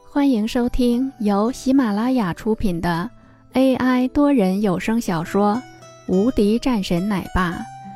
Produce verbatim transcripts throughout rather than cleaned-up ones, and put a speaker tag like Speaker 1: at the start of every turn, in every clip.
Speaker 1: 欢迎收听由喜马拉雅出品的 A I 多人有声小说《无敌战神奶爸》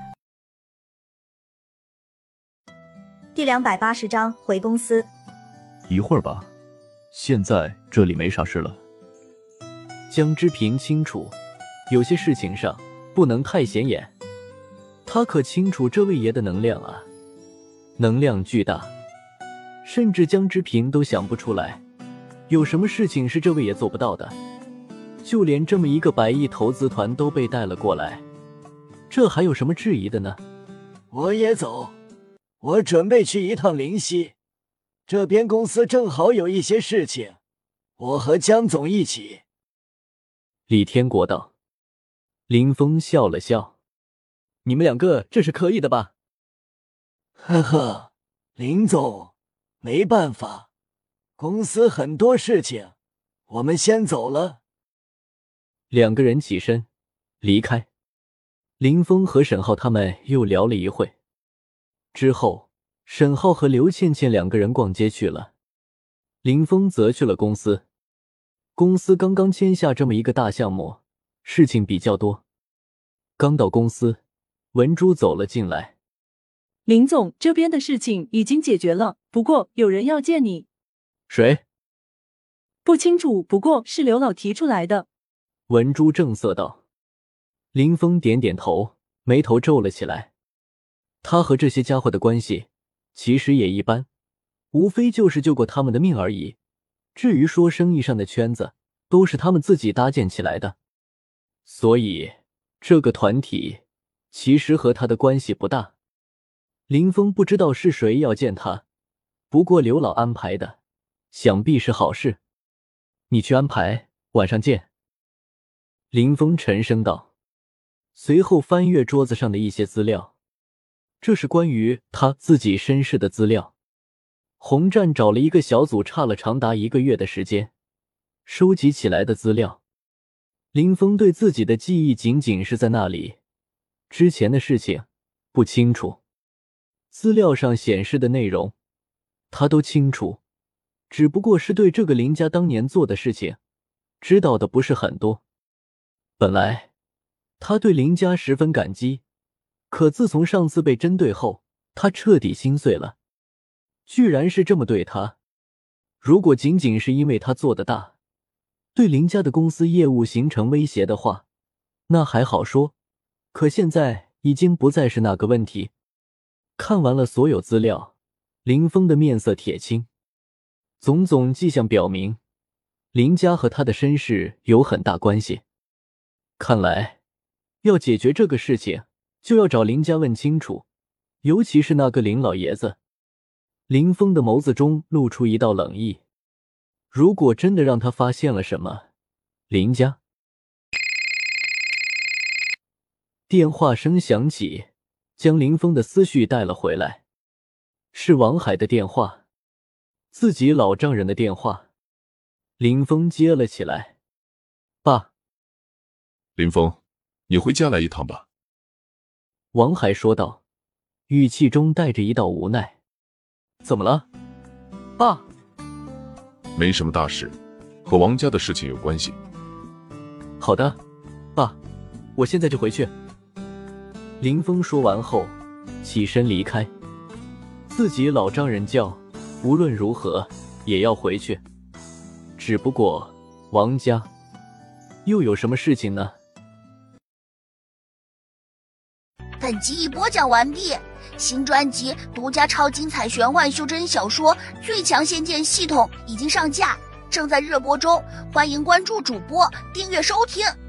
Speaker 2: 第两百八十章回公司。
Speaker 3: 一会儿吧，现在这里没啥事了。
Speaker 4: 江之平清楚，有些事情上不能太显眼。他可清楚这位爷的能量啊，能量巨大，甚至江之平都想不出来，有什么事情是这位爷做不到的。就连这么一个百亿投资团都被带了过来，这还有什么质疑的呢？
Speaker 5: 我也走，我准备去一趟灵溪，这边公司正好有一些事情，我和江总一起。
Speaker 4: 李天国道。林峰笑了笑，你们两个这是可以的吧？
Speaker 5: 呵呵，林总，没办法，公司很多事情，我们先走了。
Speaker 4: 两个人起身离开。林峰和沈浩他们又聊了一会，之后沈浩和刘倩倩两个人逛街去了，林峰则去了公司。公司刚刚签下这么一个大项目，事情比较多。刚到公司，文珠走了进来。
Speaker 6: 林总，这边的事情已经解决了，不过有人要见你。
Speaker 4: 谁？
Speaker 6: 不清楚，不过是刘老提出来的。
Speaker 4: 文珠正色道。林峰点点头，眉头皱了起来。他和这些家伙的关系其实也一般，无非就是救过他们的命而已。至于说生意上的圈子，都是他们自己搭建起来的。所以这个团体其实和他的关系不大。林峰不知道是谁要见他，不过刘老安排的，想必是好事。你去安排，晚上见。林峰沉声道，随后翻阅桌子上的一些资料，这是关于他自己身世的资料。洪战找了一个小组，差了长达一个月的时间，收集起来的资料。林峰对自己的记忆仅仅是在那里，之前的事情不清楚。资料上显示的内容他都清楚，只不过是对这个林家当年做的事情知道的不是很多。本来他对林家十分感激，可自从上次被针对后，他彻底心碎了。居然是这么对他，如果仅仅是因为他做得大，对林家的公司业务形成威胁的话，那还好说，可现在已经不再是那个问题。看完了所有资料，林峰的面色铁青，种种迹象表明林家和他的身世有很大关系。看来要解决这个事情，就要找林家问清楚，尤其是那个林老爷子。林峰的眸子中露出一道冷意，如果真的让他发现了什么，林家……电话声响起，将林峰的思绪带了回来。是王海的电话，自己老丈人的电话。林峰接了起来。爸。
Speaker 7: 林峰，你回家来一趟吧。
Speaker 4: 王海说道，语气中带着一道无奈。怎么了，爸？
Speaker 7: 没什么大事，和王家的事情有关系。
Speaker 4: 好的，爸，我现在就回去。林峰说完后起身离开。自己老丈人叫，无论如何也要回去。只不过王家又有什么事情呢？
Speaker 8: 本集已播讲完毕，新专辑独家超精彩玄幻修真小说《最强仙剑系统》已经上架，正在热播中，欢迎关注主播，订阅收听。